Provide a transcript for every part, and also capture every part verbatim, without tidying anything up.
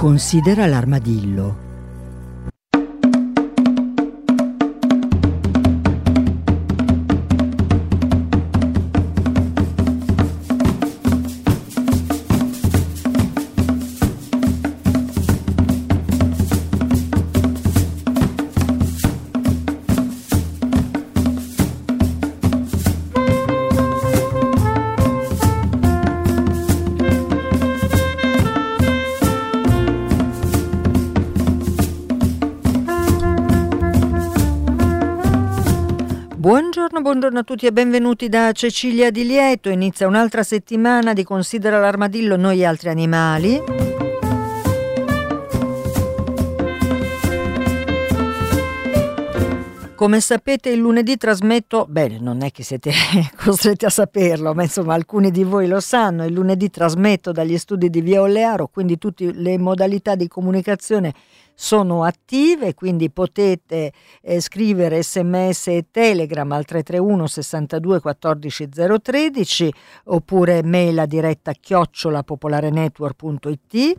Considera l'armadillo. Buongiorno, buongiorno a tutti e benvenuti da Cecilia Di Lieto. Inizia un'altra settimana di Considera l'armadillo, noi e altri animali. Come sapete il lunedì trasmetto, bene, non è che siete costretti a saperlo, ma insomma alcuni di voi lo sanno, il lunedì trasmetto dagli studi di Via Ollearo, quindi tutte le modalità di comunicazione sono attive, quindi potete eh, scrivere sms e telegram al tre tre uno sessantadue quattordici zero tredici oppure mail a diretta chiocciola popolarenetwork punto it.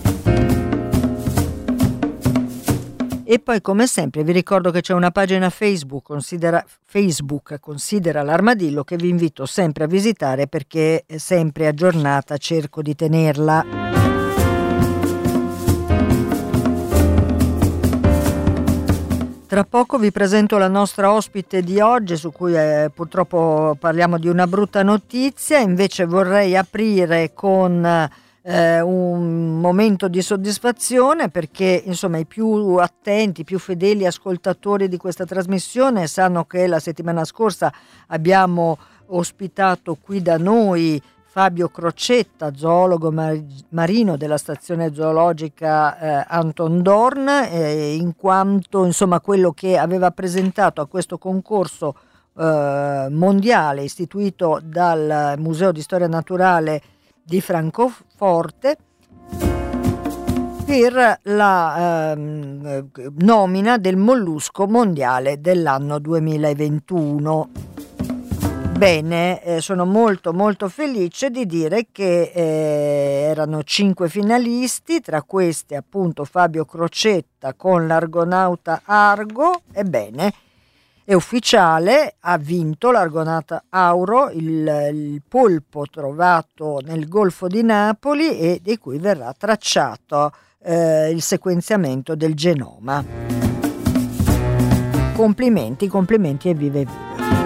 E poi come sempre vi ricordo che c'è una pagina Facebook, considera, Facebook Considera l'armadillo, che vi invito sempre a visitare perché è sempre aggiornata, cerco di tenerla. Tra poco vi presento la nostra ospite di oggi, su cui eh, purtroppo parliamo di una brutta notizia. Invece vorrei aprire con eh, un momento di soddisfazione, perché insomma i più attenti, i più fedeli ascoltatori di questa trasmissione sanno che la settimana scorsa abbiamo ospitato qui da noi Fabio Crocetta, zoologo mar- marino della stazione zoologica eh, Anton Dorn, eh, in quanto insomma quello che aveva presentato a questo concorso eh, mondiale istituito dal Museo di Storia Naturale di Francoforte per la eh, nomina del mollusco mondiale dell'anno duemilaventuno. Bene, eh, sono molto molto felice di dire che eh, erano cinque finalisti, tra questi appunto Fabio Crocetta con l'Argonauta Argo. Ebbene, è ufficiale, ha vinto l'Argonauta Auro, il, il polpo trovato nel Golfo di Napoli e di cui verrà tracciato eh, il sequenziamento del genoma. Complimenti, complimenti e viva e viva.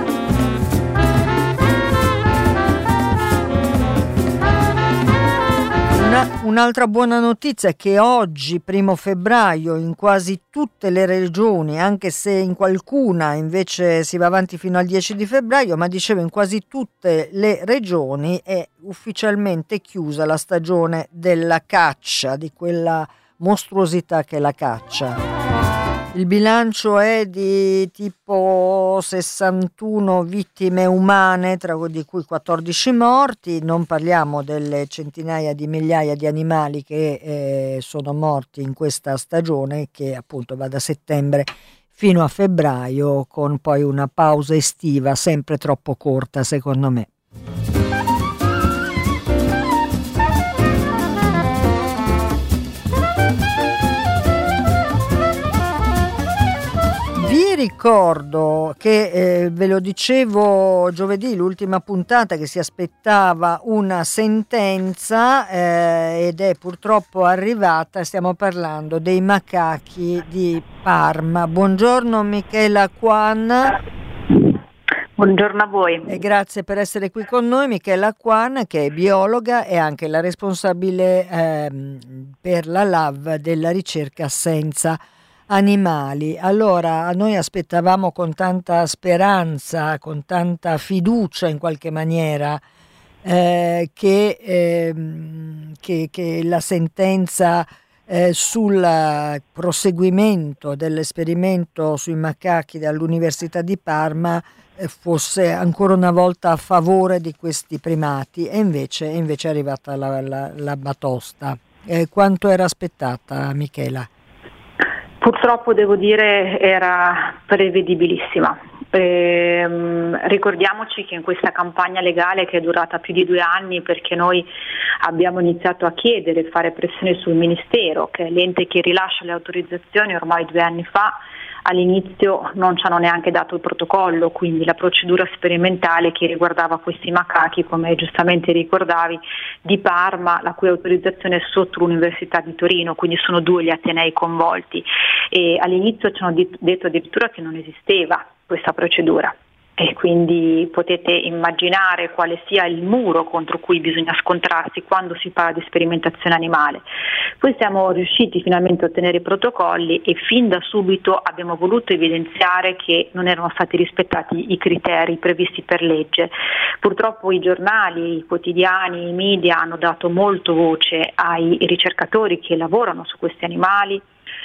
Un'altra buona notizia è che oggi, primo febbraio, in quasi tutte le regioni, anche se in qualcuna invece si va avanti fino al dieci di febbraio, ma dicevo in quasi tutte le regioni è ufficialmente chiusa la stagione della caccia, di quella mostruosità che è la caccia. Il bilancio è di tipo sessantuno vittime umane, tra di cui quattordici morti. Non parliamo delle centinaia di migliaia di animali che eh, sono morti in questa stagione, che appunto va da settembre fino a febbraio, con poi una pausa estiva sempre troppo corta secondo me. Vi ricordo che eh, ve lo dicevo giovedì, l'ultima puntata, che si aspettava una sentenza eh, ed è purtroppo arrivata. Stiamo parlando dei macachi di Parma. Buongiorno Michela Quan. Buongiorno a voi. E grazie per essere qui con noi. Michela Quan, che è biologa e anche la responsabile eh, per la L A V della ricerca senza animali. Allora, noi aspettavamo con tanta speranza, con tanta fiducia in qualche maniera eh, che, eh, che, che la sentenza eh, sul proseguimento dell'esperimento sui macachi dall'Università di Parma eh, fosse ancora una volta a favore di questi primati, e invece, invece è arrivata la, la, la batosta. Eh, quanto era aspettata, Michela? Purtroppo devo dire era prevedibilissima. ehm, ricordiamoci che in questa campagna legale, che è durata più di due anni, perché noi abbiamo iniziato a chiedere e fare pressione sul Ministero, che è l'ente che rilascia le autorizzazioni ormai due anni fa, all'inizio non ci hanno neanche dato il protocollo, quindi la procedura sperimentale che riguardava questi macachi, come giustamente ricordavi, di Parma, la cui autorizzazione è sotto l'Università di Torino, quindi sono due gli atenei coinvolti, e all'inizio ci hanno detto addirittura che non esisteva questa procedura. E quindi potete immaginare quale sia il muro contro cui bisogna scontrarsi quando si parla di sperimentazione animale. Poi siamo riusciti finalmente a ottenere i protocolli e fin da subito abbiamo voluto evidenziare che non erano stati rispettati i criteri previsti per legge. Purtroppo i giornali, i quotidiani, i media hanno dato molto voce ai ricercatori che lavorano su questi animali,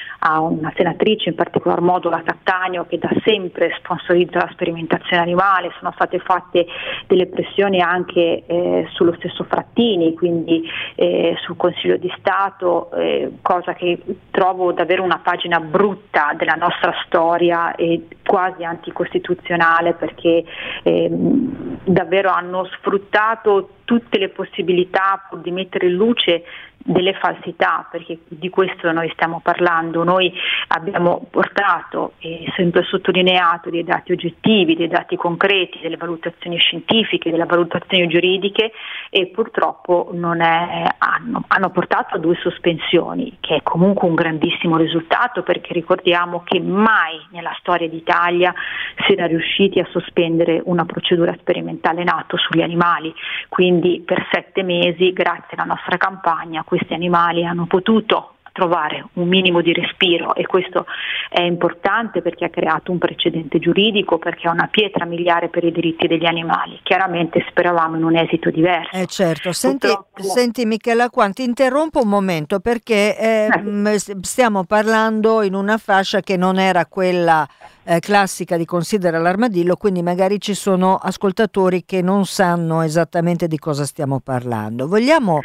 a una senatrice, in particolar modo la Cattaneo, che da sempre sponsorizza la sperimentazione animale. Sono state fatte delle pressioni anche eh, sullo stesso Frattini, quindi eh, sul Consiglio di Stato, eh, cosa che trovo davvero una pagina brutta della nostra storia e quasi anticostituzionale, perché eh, davvero hanno sfruttato tutte le possibilità pur di mettere in luce delle falsità, perché di questo noi stiamo parlando. Noi abbiamo portato e sempre sottolineato dei dati oggettivi, dei dati concreti, delle valutazioni scientifiche, delle valutazioni giuridiche, e purtroppo non è, hanno, hanno portato a due sospensioni, che è comunque un grandissimo risultato, perché ricordiamo che mai nella storia d'Italia si era riusciti a sospendere una procedura sperimentale in atto sugli animali. Quindi per sette mesi, grazie alla nostra campagna, questi animali hanno potuto trovare un minimo di respiro, e questo è importante perché ha creato un precedente giuridico, perché è una pietra miliare per i diritti degli animali. Chiaramente speravamo in un esito diverso. Eh certo, senti, Purtroppo... senti Michela Quan, ti interrompo un momento perché eh, eh. stiamo parlando in una fascia che non era quella eh, classica di Considera l'armadillo, quindi magari ci sono ascoltatori che non sanno esattamente di cosa stiamo parlando. Vogliamo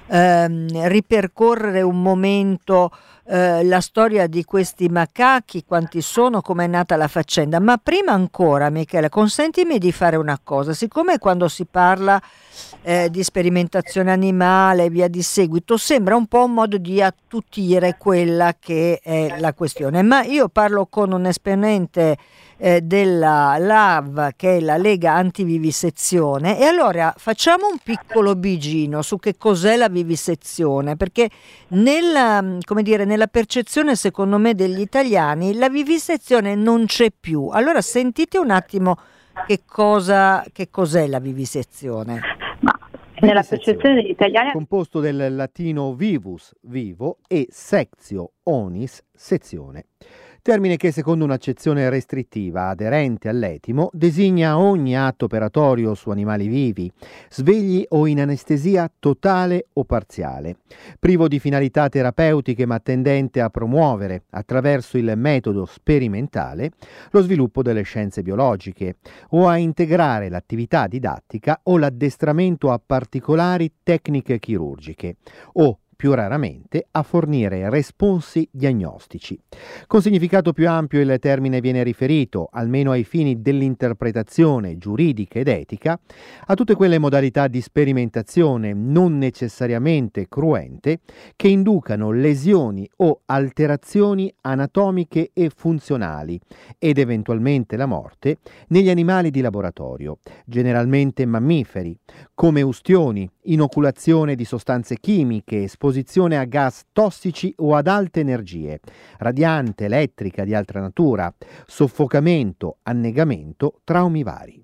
Ehm, ripercorrere un momento eh, la storia di questi macachi, quanti sono, come è nata la faccenda, ma prima ancora, Michele, consentimi di fare una cosa. Siccome quando si parla eh, di sperimentazione animale e via di seguito sembra un po' un modo di attutire quella che è la questione, ma io parlo con un esponente Eh, della L A V, che è la Lega Antivivisezione, e allora facciamo un piccolo bigino su che cos'è la vivisezione, perché nella, come dire, nella percezione secondo me degli italiani la vivisezione non c'è più. Allora sentite un attimo che cosa, che cos'è la vivisezione. Ma nella percezione degli italiani, composto del latino vivus, vivo, e sectio, onis, sezione. Termine che, secondo un'accezione restrittiva aderente all'etimo, designa ogni atto operatorio su animali vivi, svegli o in anestesia totale o parziale, privo di finalità terapeutiche ma tendente a promuovere, attraverso il metodo sperimentale, lo sviluppo delle scienze biologiche o a integrare l'attività didattica o l'addestramento a particolari tecniche chirurgiche o, più raramente, a fornire responsi diagnostici. Con significato più ampio il termine viene riferito, almeno ai fini dell'interpretazione giuridica ed etica, a tutte quelle modalità di sperimentazione non necessariamente cruente che inducano lesioni o alterazioni anatomiche e funzionali ed eventualmente la morte negli animali di laboratorio, generalmente mammiferi, come ustioni, inoculazione di sostanze chimiche, esposizione a gas tossici o ad alte energie, radiante, elettrica, di altra natura, soffocamento, annegamento, traumi vari.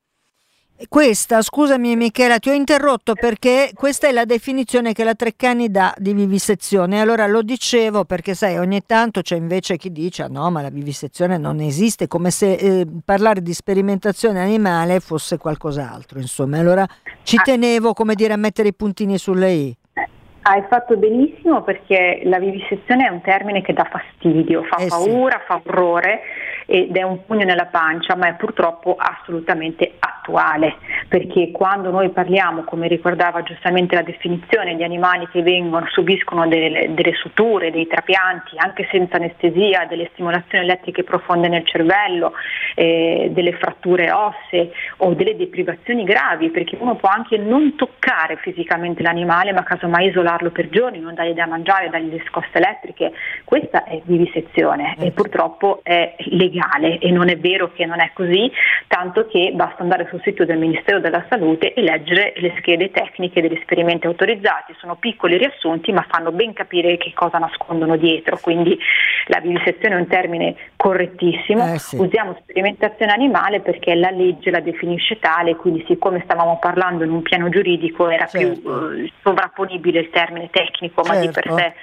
Questa, scusami Michela, ti ho interrotto perché questa è la definizione che la Treccani dà di vivisezione. Allora lo dicevo perché sai, ogni tanto c'è invece chi dice ah, no, ma la vivisezione non esiste, come se eh, parlare di sperimentazione animale fosse qualcos'altro, insomma. Allora ci tenevo, come dire, a mettere i puntini sulle i. Hai fatto benissimo, perché la vivisezione è un termine che dà fastidio, fa eh paura, sì. fa orrore ed è un pugno nella pancia, ma è purtroppo assolutamente attuale. attuale, perché quando noi parliamo, come ricordava giustamente la definizione, di animali che vengono, subiscono delle, delle suture, dei trapianti anche senza anestesia, delle stimolazioni elettriche profonde nel cervello, eh, delle fratture ossee o delle deprivazioni gravi, perché uno può anche non toccare fisicamente l'animale ma casomai isolarlo per giorni, non dargli da mangiare, dargli le scosse elettriche, questa è vivisezione e purtroppo è legale, e non è vero che non è così, tanto che basta andare sul sito del Ministero della Salute e leggere le schede tecniche degli esperimenti autorizzati. Sono piccoli riassunti ma fanno ben capire che cosa nascondono dietro, quindi la vivisezione è un termine correttissimo, eh sì. Usiamo sperimentazione animale perché la legge la definisce tale, quindi siccome stavamo parlando in un piano giuridico era certo. più eh, sovrapponibile il termine tecnico, certo. ma di per sé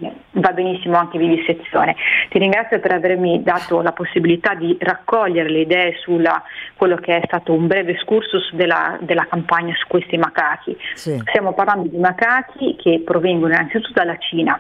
va benissimo anche vivisezione. Ti ringrazio per avermi dato la possibilità di raccogliere le idee sulla quello che è stato un breve excursus della, della campagna su questi macachi. Sì. Stiamo parlando di macachi che provengono innanzitutto dalla Cina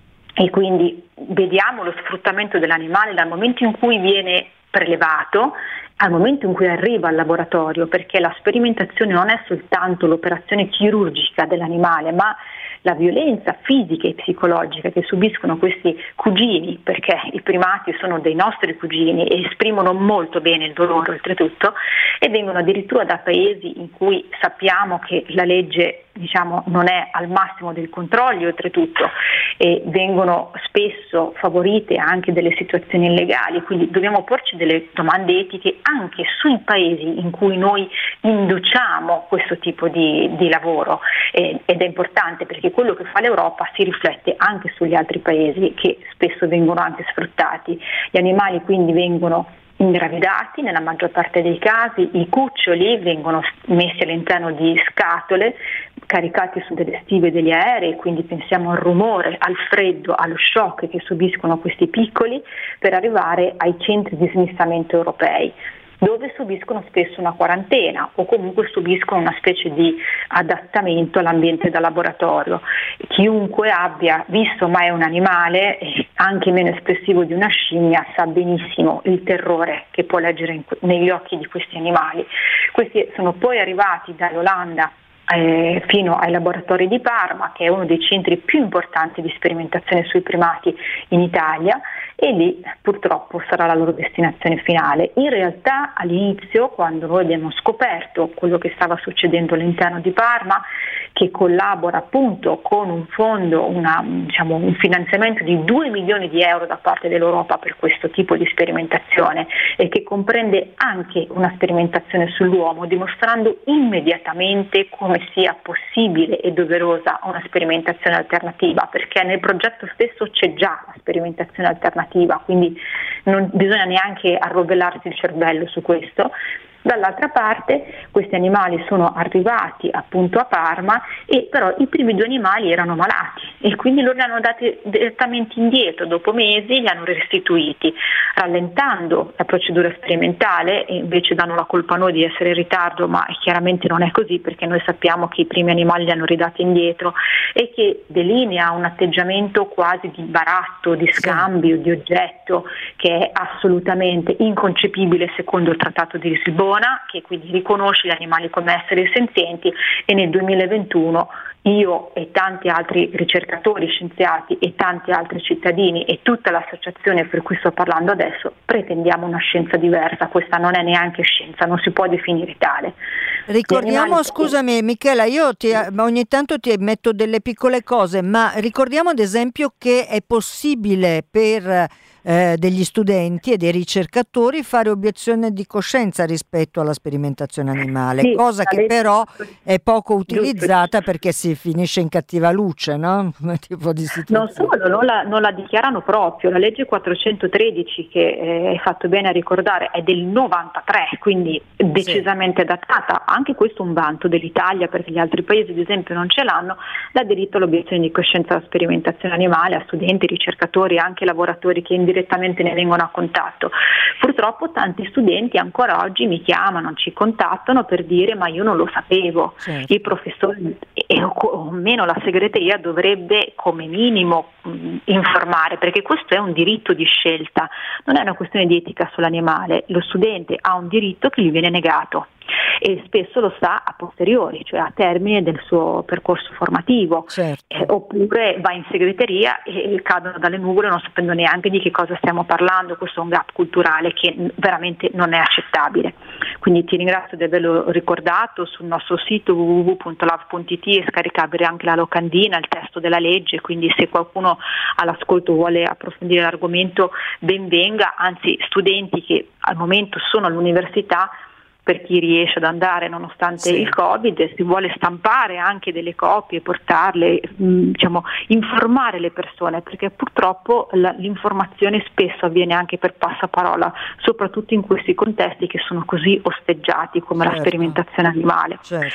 e quindi vediamo lo sfruttamento dell'animale dal momento in cui viene prelevato al momento in cui arriva al laboratorio, perché la sperimentazione non è soltanto l'operazione chirurgica dell'animale, ma la violenza fisica e psicologica che subiscono questi cugini, perché i primati sono dei nostri cugini e esprimono molto bene il dolore oltretutto, e vengono addirittura da paesi in cui sappiamo che la legge diciamo non è al massimo del controllo oltretutto, e vengono spesso favorite anche delle situazioni illegali, quindi dobbiamo porci delle domande etiche anche sui paesi in cui noi induciamo questo tipo di, di lavoro, eh, ed è importante perché quello che fa l'Europa si riflette anche sugli altri paesi che spesso vengono anche sfruttati. Gli animali quindi vengono ingravidati nella maggior parte dei casi, i cuccioli vengono messi all'interno di scatole caricati su delle stive degli aerei, quindi pensiamo al rumore, al freddo, allo shock che subiscono questi piccoli, per arrivare ai centri di smistamento europei, dove subiscono spesso una quarantena o comunque subiscono una specie di adattamento all'ambiente da laboratorio. Chiunque abbia visto mai un animale, anche meno espressivo di una scimmia, sa benissimo il terrore che può leggere in, negli occhi di questi animali. Questi sono poi arrivati dall'Olanda Eh, fino ai laboratori di Parma, che è uno dei centri più importanti di sperimentazione sui primati in Italia, e lì purtroppo sarà la loro destinazione finale. In realtà all'inizio, quando noi abbiamo scoperto quello che stava succedendo all'interno di Parma, che collabora appunto con un fondo, una, diciamo, un finanziamento di due milioni di euro da parte dell'Europa per questo tipo di sperimentazione, e che comprende anche una sperimentazione sull'uomo, dimostrando immediatamente come sia possibile e doverosa una sperimentazione alternativa, perché nel progetto stesso c'è già la sperimentazione alternativa, quindi non bisogna neanche arrovellarsi il cervello su questo. Dall'altra parte questi animali sono arrivati appunto a Parma, e però i primi due animali erano malati e quindi loro li hanno dati direttamente indietro, dopo mesi li hanno restituiti, rallentando la procedura sperimentale, e invece danno la colpa a noi di essere in ritardo, ma chiaramente non è così, perché noi sappiamo che i primi animali li hanno ridati indietro, e che delinea un atteggiamento quasi di baratto, di scambio, di oggetto, che è assolutamente inconcepibile secondo il Trattato di Lisbona, che quindi riconosce gli animali come esseri senzienti, e nel duemilaventuno io e tanti altri ricercatori, scienziati e tanti altri cittadini e tutta l'associazione per cui sto parlando adesso pretendiamo una scienza diversa. Questa non è neanche scienza, non si può definire tale. Ricordiamo, animali... scusami Michela, io ti, ogni tanto ti metto delle piccole cose, ma ricordiamo ad esempio che è possibile per eh, degli studenti e dei ricercatori fare obiezione di coscienza rispetto alla sperimentazione animale, sì, cosa che però è poco utilizzata giusto, perché si finisce in cattiva luce, no? Tipo di non solo, non la, non la dichiarano proprio. La legge quattrocentotredici, che eh, è fatto bene a ricordare, è del novantatré, quindi decisamente sì, datata. Anche questo è un vanto dell'Italia, perché gli altri paesi ad esempio non ce l'hanno, dà diritto all'obiezione di coscienza alla sperimentazione animale a studenti, ricercatori, anche lavoratori che indirettamente ne vengono a contatto. Purtroppo tanti studenti ancora oggi mi chiamano, ci contattano per dire ma io non lo sapevo, certo. Il professore e o meno la segreteria dovrebbe come minimo mh, informare, perché questo è un diritto di scelta, non è una questione di etica sull'animale, lo studente ha un diritto che gli viene negato. e spesso lo sa a posteriori, cioè a termine del suo percorso formativo, certo. eh, oppure va in segreteria e, e cadono dalle nuvole non sapendo neanche di che cosa stiamo parlando. Questo è un gap culturale che veramente non è accettabile. Quindi ti ringrazio di averlo ricordato. Sul nostro sito w w w punto lav punto i t è scaricabile anche la locandina, il testo della legge, quindi se qualcuno all'ascolto vuole approfondire l'argomento ben venga, anzi studenti che al momento sono all'università, per chi riesce ad andare nonostante sì. il Covid, si vuole stampare anche delle copie, portarle, mh, diciamo, informare le persone, perché purtroppo la, l'informazione spesso avviene anche per passaparola, soprattutto in questi contesti che sono così osteggiati come certo. la sperimentazione animale. Certo.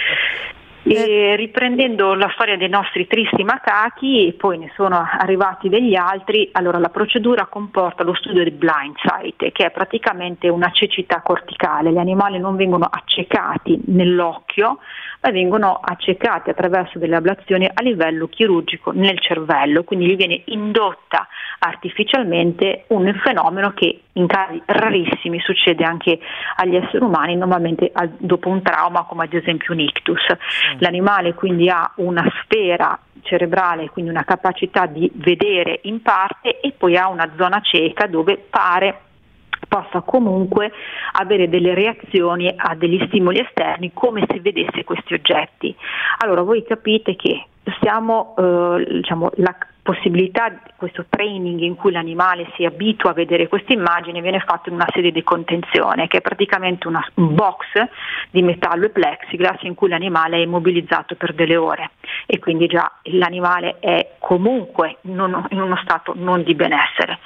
E riprendendo la storia dei nostri tristi macachi, poi ne sono arrivati degli altri. Allora, la procedura comporta lo studio del blind sight, che è praticamente una cecità corticale. Gli animali non vengono accecati nell'occhio, ma vengono accecati attraverso delle ablazioni a livello chirurgico nel cervello, quindi gli viene indotta artificialmente un fenomeno che in casi rarissimi succede anche agli esseri umani, normalmente dopo un trauma come ad esempio un ictus. L'animale quindi ha una sfera cerebrale, quindi una capacità di vedere in parte, e poi ha una zona cieca dove pare possa comunque avere delle reazioni a degli stimoli esterni come se vedesse questi oggetti. Allora voi capite che siamo, eh, diciamo, la possibilità di questo training in cui l'animale si abitua a vedere queste immagini viene fatto in una sede di contenzione, che è praticamente una, un box di metallo e plexiglass in cui l'animale è immobilizzato per delle ore, e quindi già l'animale è comunque non, in uno stato non di benessere.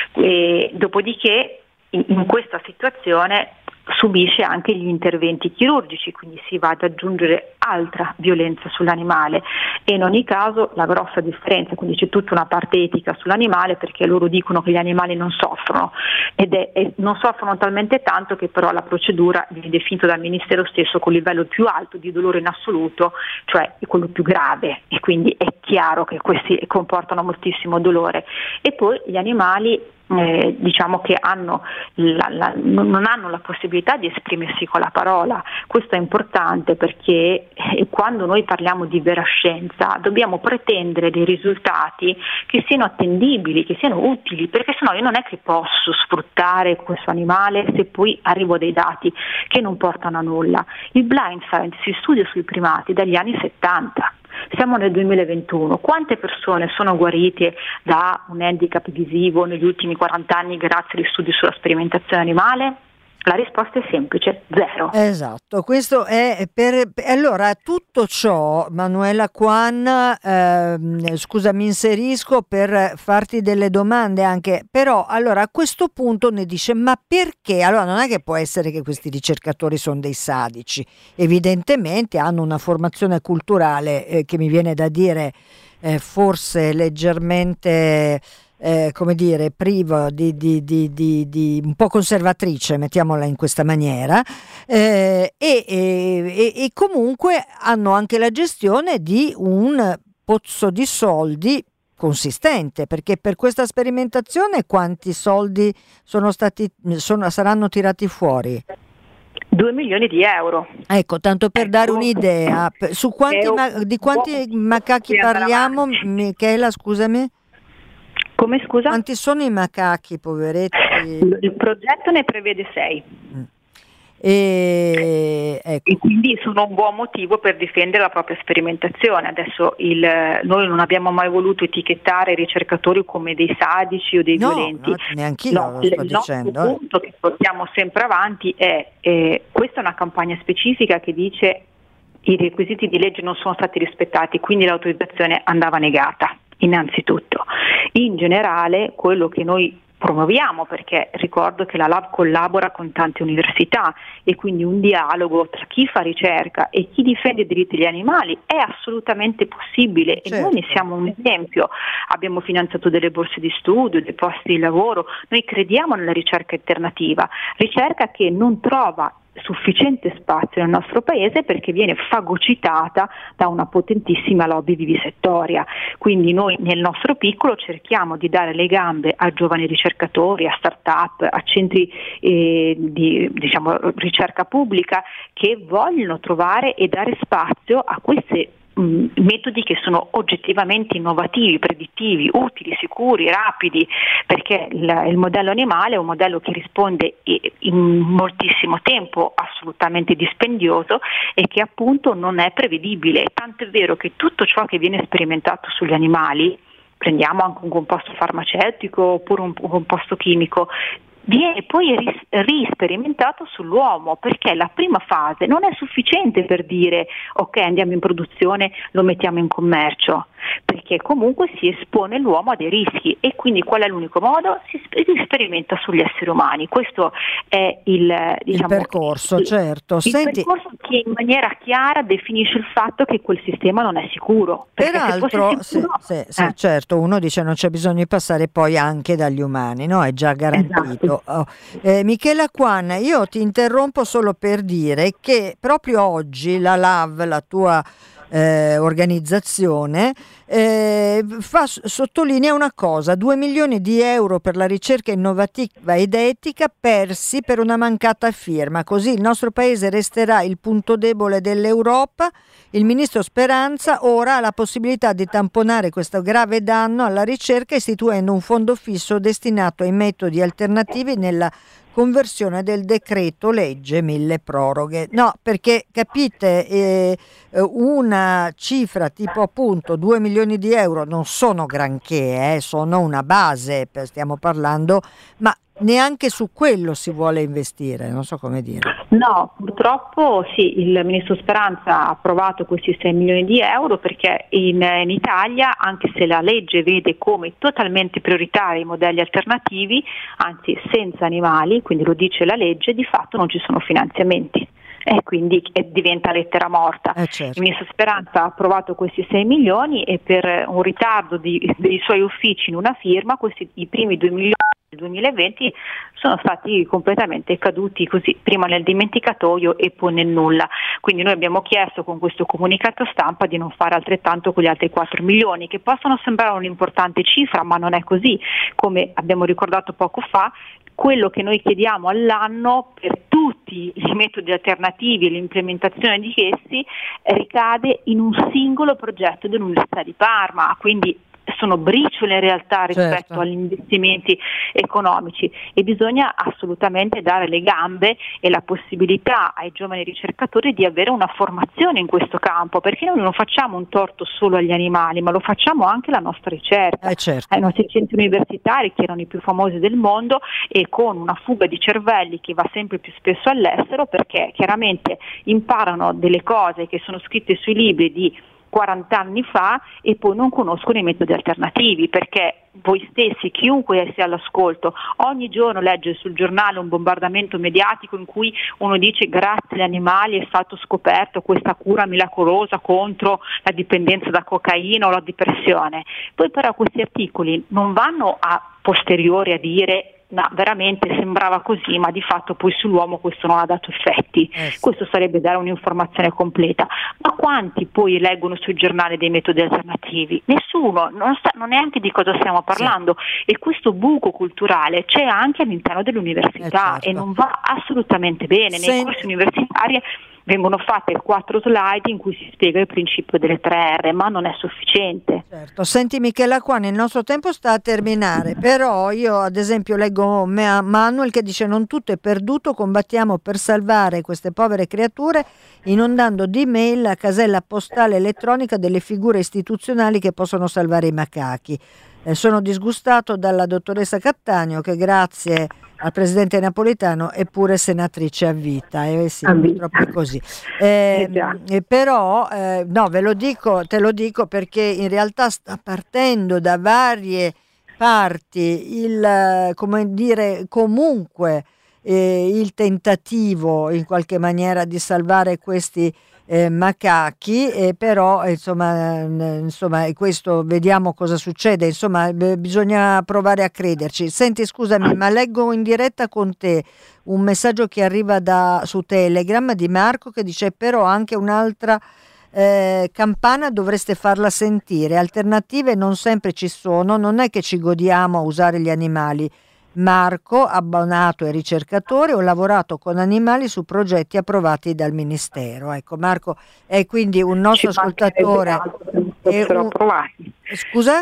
E dopodiché in, in questa situazione subisce anche gli interventi chirurgici, quindi si va ad aggiungere altra violenza sull'animale, e in ogni caso la grossa differenza, quindi c'è tutta una parte etica sull'animale, perché loro dicono che gli animali non soffrono, ed è, è, non soffrono talmente tanto che però la procedura viene definita dal Ministero stesso con il livello più alto di dolore in assoluto, cioè quello più grave, e quindi è chiaro che questi comportano moltissimo dolore. E poi gli animali Eh, diciamo che hanno la, la, non hanno la possibilità di esprimersi con la parola. Questo è importante perché eh, quando noi parliamo di vera scienza dobbiamo pretendere dei risultati che siano attendibili, che siano utili, perché sennò io non è che posso sfruttare questo animale se poi arrivo a dei dati che non portano a nulla. Il blind sight si studia sui primati dagli anni settanta. Siamo nel duemilaventuno, quante persone sono guarite da un handicap visivo negli ultimi quaranta anni grazie agli studi sulla sperimentazione animale? La risposta è semplice, zero. Esatto, questo è per, allora tutto ciò, Manuela Quan, eh, scusa mi inserisco per farti delle domande anche, però allora a questo punto ne dice ma perché? Allora non è che può essere che questi ricercatori sono dei sadici, evidentemente hanno una formazione culturale eh, che mi viene da dire eh, forse leggermente... Eh, come dire, privo di, di, di, di, di un po' conservatrice, mettiamola in questa maniera, eh, e, e, e comunque hanno anche la gestione di un pozzo di soldi consistente, perché per questa sperimentazione quanti soldi sono stati sono, saranno tirati fuori? Due milioni di euro. Ecco, tanto per ecco. dare un'idea, su quanti ma- di quanti macachi parliamo, Michela, scusami? Come scusa? Quanti sono i macachi, poveretti? Il progetto ne prevede sei. Mm. E, ecco. E quindi sono un buon motivo per difendere la propria sperimentazione. Adesso il, noi non abbiamo mai voluto etichettare i ricercatori come dei sadici o dei no, violenti. No, neanche io no, lo sto il dicendo. nostro eh. punto che portiamo sempre avanti è eh, questa è una campagna specifica che dice i requisiti di legge non sono stati rispettati, quindi l'autorizzazione andava negata. Innanzitutto, in generale quello che noi promuoviamo, perché ricordo che la Lab collabora con tante università e quindi un dialogo tra chi fa ricerca e chi difende i diritti degli animali è assolutamente possibile, certo. E noi ne siamo un esempio. Abbiamo finanziato delle borse di studio, dei posti di lavoro, noi crediamo nella ricerca alternativa, ricerca che non trova sufficiente spazio nel nostro paese perché viene fagocitata da una potentissima lobby vivisettoria. Quindi noi nel nostro piccolo cerchiamo di dare le gambe a giovani ricercatori, a start-up, a centri eh, di diciamo, ricerca pubblica che vogliono trovare e dare spazio a queste metodi che sono oggettivamente innovativi, predittivi, utili, sicuri, rapidi, perché il, il modello animale è un modello che risponde in moltissimo tempo, assolutamente dispendioso e che appunto non è prevedibile. Tanto è vero che tutto ciò che viene sperimentato sugli animali, prendiamo anche un composto farmaceutico oppure un, un composto chimico, viene poi ris- risperimentato sull'uomo, perché la prima fase non è sufficiente per dire ok, andiamo in produzione, lo mettiamo in commercio, perché comunque si espone l'uomo a dei rischi e quindi qual è l'unico modo? Si, sp- si sperimenta sugli esseri umani. Questo è il, diciamo, il percorso, il, certo. Il Senti, percorso che in maniera chiara definisce il fatto che quel sistema non è sicuro. Peraltro, se sicuro, sì, sì, sì, eh. certo, uno dice non c'è bisogno di passare poi anche dagli umani, no? È già garantito. Esatto. Oh. Eh, Michela Quan, io ti interrompo solo per dire che proprio oggi la L A V, la tua eh, organizzazione, eh, fa, sottolinea una cosa: due milioni di euro per la ricerca innovativa ed etica persi per una mancata firma, così il nostro paese resterà il punto debole dell'Europa. Il ministro Speranza ora ha la possibilità di tamponare questo grave danno alla ricerca istituendo un fondo fisso destinato ai metodi alternativi nella conversione del decreto legge mille proroghe. No, perché capite, eh, una cifra tipo appunto due milioni di euro non sono granché, eh, sono una base, stiamo parlando, ma neanche su quello si vuole investire, non so come dire. No, purtroppo sì, il ministro Speranza ha approvato questi sei milioni di euro perché in, in Italia, anche se la legge vede come totalmente prioritari i modelli alternativi, anzi senza animali, quindi lo dice la legge, di fatto non ci sono finanziamenti. E quindi diventa lettera morta. Eh certo. Il ministro Speranza ha approvato questi sei milioni e per un ritardo di, dei suoi uffici in una firma, questi, i primi due milioni del duemilaventi sono stati completamente caduti così, prima nel dimenticatoio e poi nel nulla. Quindi noi abbiamo chiesto con questo comunicato stampa di non fare altrettanto con gli altri quattro milioni, che possono sembrare un'importante cifra, ma non è così. Come abbiamo ricordato poco fa, quello che noi chiediamo all'anno per tutti i metodi alternativi e l'implementazione di essi ricade in un singolo progetto dell'Università di Parma, quindi sono briciole in realtà rispetto certo. agli investimenti economici e bisogna assolutamente dare le gambe e la possibilità ai giovani ricercatori di avere una formazione in questo campo, perché noi non facciamo un torto solo agli animali, ma lo facciamo anche alla nostra ricerca, eh certo. ai nostri centri universitari che erano i più famosi del mondo e con una fuga di cervelli che va sempre più spesso all'estero, perché chiaramente imparano delle cose che sono scritte sui libri di quaranta anni fa e poi non conoscono i metodi alternativi, perché voi stessi, chiunque sia all'ascolto, ogni giorno legge sul giornale un bombardamento mediatico in cui uno dice grazie agli animali è stato scoperto questa cura miracolosa contro la dipendenza da cocaina o la depressione. Poi però questi articoli non vanno a posteriori a dire no, veramente sembrava così, ma di fatto poi sull'uomo questo non ha dato effetti. Eh sì. Questo sarebbe dare un'informazione completa. Ma quanti poi leggono sui giornali dei metodi alternativi? Nessuno, non sa neanche di cosa stiamo parlando. Sì. E questo buco culturale c'è anche all'interno dell'università, eh certo. e non va assolutamente bene. Nei Sen- corsi universitari vengono fatte quattro slide in cui si spiega il principio delle tre R, ma non è sufficiente. Certo. Senti Michela, qua il nostro tempo sta a terminare, però io ad esempio leggo Manuel che dice non tutto è perduto, combattiamo per salvare queste povere creature inondando di mail la casella postale elettronica delle figure istituzionali che possono salvare i macachi. Eh, sono disgustato dalla dottoressa Cattaneo che grazie al presidente Napolitano è pure senatrice a vita, eh sì, A vita. purtroppo è così. Eh, eh, però eh, no, ve lo dico, te lo dico perché in realtà sta partendo da varie parti il, come dire, comunque eh, il tentativo in qualche maniera di salvare questi eh, macachi, e però insomma, eh, insomma questo, vediamo cosa succede, insomma b- bisogna provare a crederci. Senti, scusami, ma leggo in diretta con te un messaggio che arriva da, su Telegram, di Marco, che dice: però anche un'altra eh, campana dovreste farla sentire, alternative non sempre ci sono, non è che ci godiamo a usare gli animali. Marco, abbonato e ricercatore, ho lavorato con animali su progetti approvati dal Ministero. Ecco, Marco è quindi un nostro Ci ascoltatore. altro che non È fossero un... approvati. Scusa?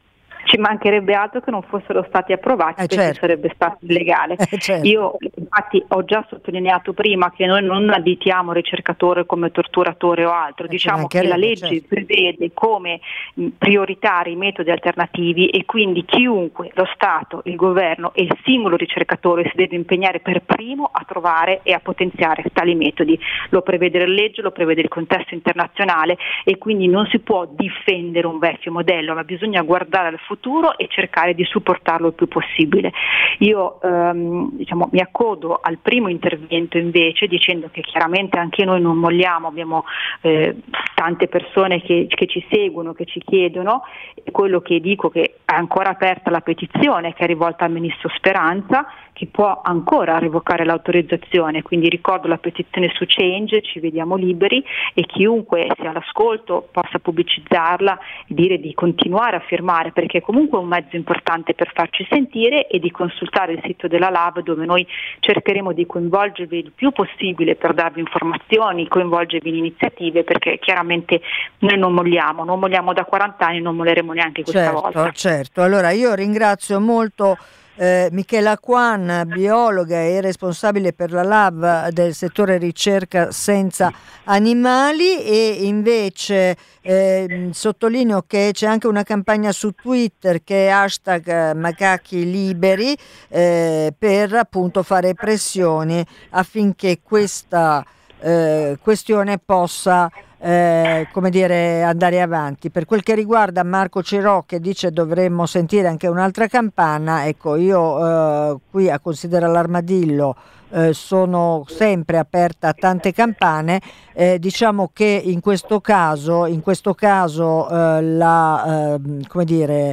Ci mancherebbe altro che non fossero stati approvati, Eh, perché certo. sarebbe stato illegale. Eh, certo. Io infatti ho già sottolineato prima che noi non additiamo ricercatore come torturatore o altro, Eh, diciamo che la legge certo. prevede come mh, prioritari i metodi alternativi, e quindi chiunque, lo Stato, il governo e il singolo ricercatore si deve impegnare per primo a trovare e a potenziare tali metodi. Lo prevede la legge, lo prevede il contesto internazionale, e quindi non si può difendere un vecchio modello, ma bisogna guardare al futuro e cercare di supportarlo il più possibile. Io ehm, diciamo, mi accodo al primo intervento invece, dicendo che chiaramente anche noi non molliamo, abbiamo eh, tante persone che, che ci seguono, che ci chiedono, e quello che dico che è ancora aperta la petizione che è rivolta al Ministro Speranza, che può ancora revocare l'autorizzazione, quindi ricordo la petizione su Change, Ci Vediamo Liberi, e chiunque sia all'ascolto possa pubblicizzarla e dire di continuare a firmare, perché comunque è un mezzo importante per farci sentire, e di consultare il sito della L A V, dove noi cercheremo di coinvolgervi il più possibile per darvi informazioni, coinvolgervi in iniziative, perché chiaramente noi non molliamo, non molliamo da quaranta anni, non molleremo neanche questa Certo, volta. certo. Allora io ringrazio molto eh, Michela Quan, biologa e responsabile per la L A V del settore ricerca senza animali, e invece eh, sottolineo che c'è anche una campagna su Twitter che è hashtag macachi liberi, eh, per appunto fare pressioni affinché questa eh, questione possa Eh, come dire, andare avanti. Per quel che riguarda Marco Cirò, che dice dovremmo sentire anche un'altra campana, ecco, io eh, qui a Considera l'Armadillo eh, sono sempre aperta a tante campane, eh, diciamo che in questo caso in questo caso eh, la eh, come dire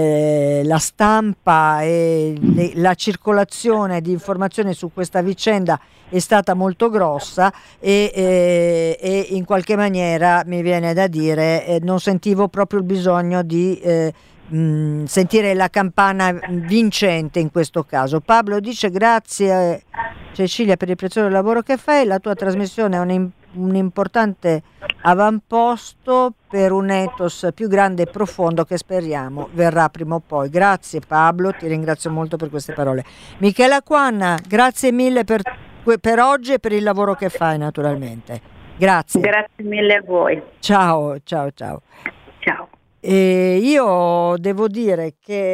eh, la stampa e le, la circolazione di informazioni su questa vicenda è stata molto grossa, e, e, e in qualche maniera mi viene da dire eh, non sentivo proprio il bisogno di eh, mh, sentire la campana vincente in questo caso. Pablo dice: grazie Cecilia per il prezioso lavoro che fai, la tua trasmissione è un, un importante avamposto per un ethos più grande e profondo che speriamo verrà prima o poi. Grazie Pablo, ti ringrazio molto per queste parole. Michela Quan, grazie mille per per oggi e per il lavoro che fai, naturalmente. Grazie. Grazie mille a voi. Ciao, ciao, ciao. Ciao. E io devo dire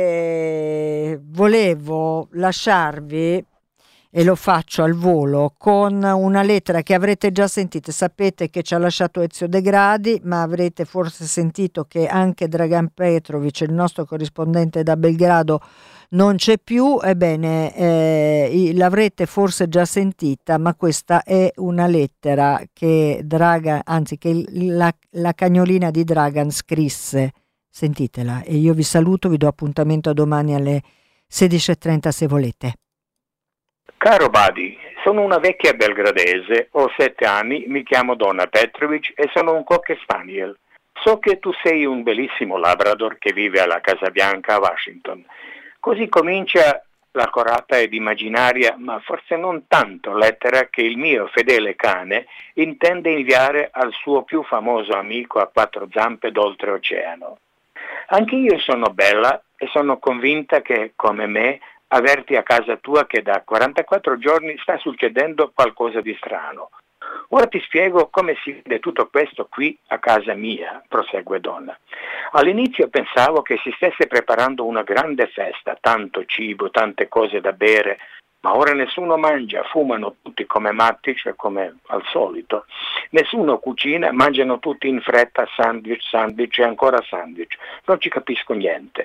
che volevo lasciarvi, e lo faccio al volo, con una lettera che avrete già sentito. Sapete che ci ha lasciato Ezio De Gradi, ma avrete forse sentito che anche Dragan Petrovic, il nostro corrispondente da Belgrado, non c'è più. Ebbene, eh, l'avrete forse già sentita, ma questa è una lettera che Dragan, anzi che la, la cagnolina di Dragan scrisse. Sentitela, e io vi saluto, vi do appuntamento a domani alle sedici e trenta se volete. Caro Badi, sono una vecchia belgradese, ho sette anni, mi chiamo Donna Petrovic e sono un cocker spaniel. So che tu sei un bellissimo labrador che vive alla Casa Bianca a Washington. Così comincia la corata ed immaginaria, ma forse non tanto, lettera che il mio fedele cane intende inviare al suo più famoso amico a quattro zampe d'oltreoceano. Anche io sono bella e sono convinta che, come me, averti a casa tua che da quarantaquattro giorni sta succedendo qualcosa di strano. Ora ti spiego come si vede tutto questo qui a casa mia, prosegue Donna. All'inizio pensavo che si stesse preparando una grande festa, tanto cibo, tante cose da bere, ma ora nessuno mangia, fumano tutti come matti, cioè come al solito. Nessuno cucina, mangiano tutti in fretta sandwich, sandwich e ancora sandwich. Non ci capisco niente.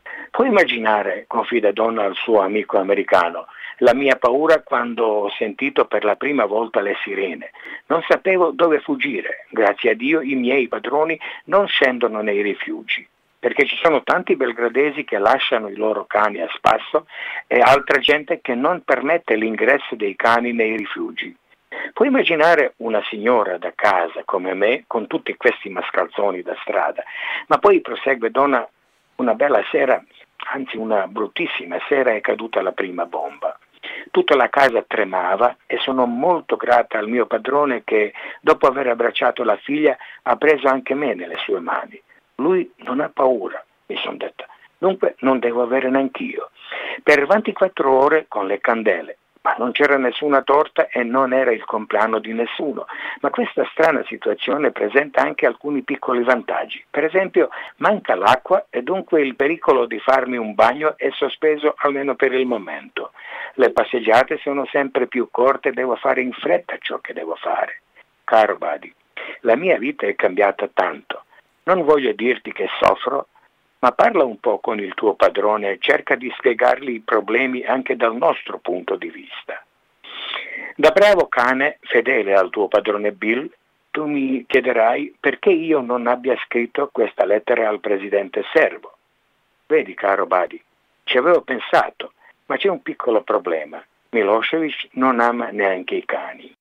Puoi immaginare, confida Donna al suo amico americano, la mia paura quando ho sentito per la prima volta le sirene. Non sapevo dove fuggire. Grazie a Dio i miei padroni non scendono nei rifugi, perché ci sono tanti belgradesi che lasciano i loro cani a spasso e altra gente che non permette l'ingresso dei cani nei rifugi. Puoi immaginare una signora da casa come me con tutti questi mascalzoni da strada, ma poi prosegue Donna, una bella sera, anzi una bruttissima sera è caduta la prima bomba. Tutta la casa tremava e sono molto grata al mio padrone che dopo aver abbracciato la figlia ha preso anche me nelle sue mani. Lui non ha paura, mi sono detta, dunque non devo avere neanch'io. Per ventiquattro ore con le candele, ma non c'era nessuna torta e non era il compleanno di nessuno. Ma questa strana situazione presenta anche alcuni piccoli vantaggi. Per esempio, manca l'acqua e dunque il pericolo di farmi un bagno è sospeso almeno per il momento. Le passeggiate sono sempre più corte e devo fare in fretta ciò che devo fare. Caro Badi, la mia vita è cambiata tanto. Non voglio dirti che soffro, ma parla un po' con il tuo padrone e cerca di spiegargli i problemi anche dal nostro punto di vista. Da bravo cane, fedele al tuo padrone Bill, tu mi chiederai perché io non abbia scritto questa lettera al presidente serbo. Vedi, caro Badi, ci avevo pensato, ma c'è un piccolo problema. Milosevic non ama neanche i cani.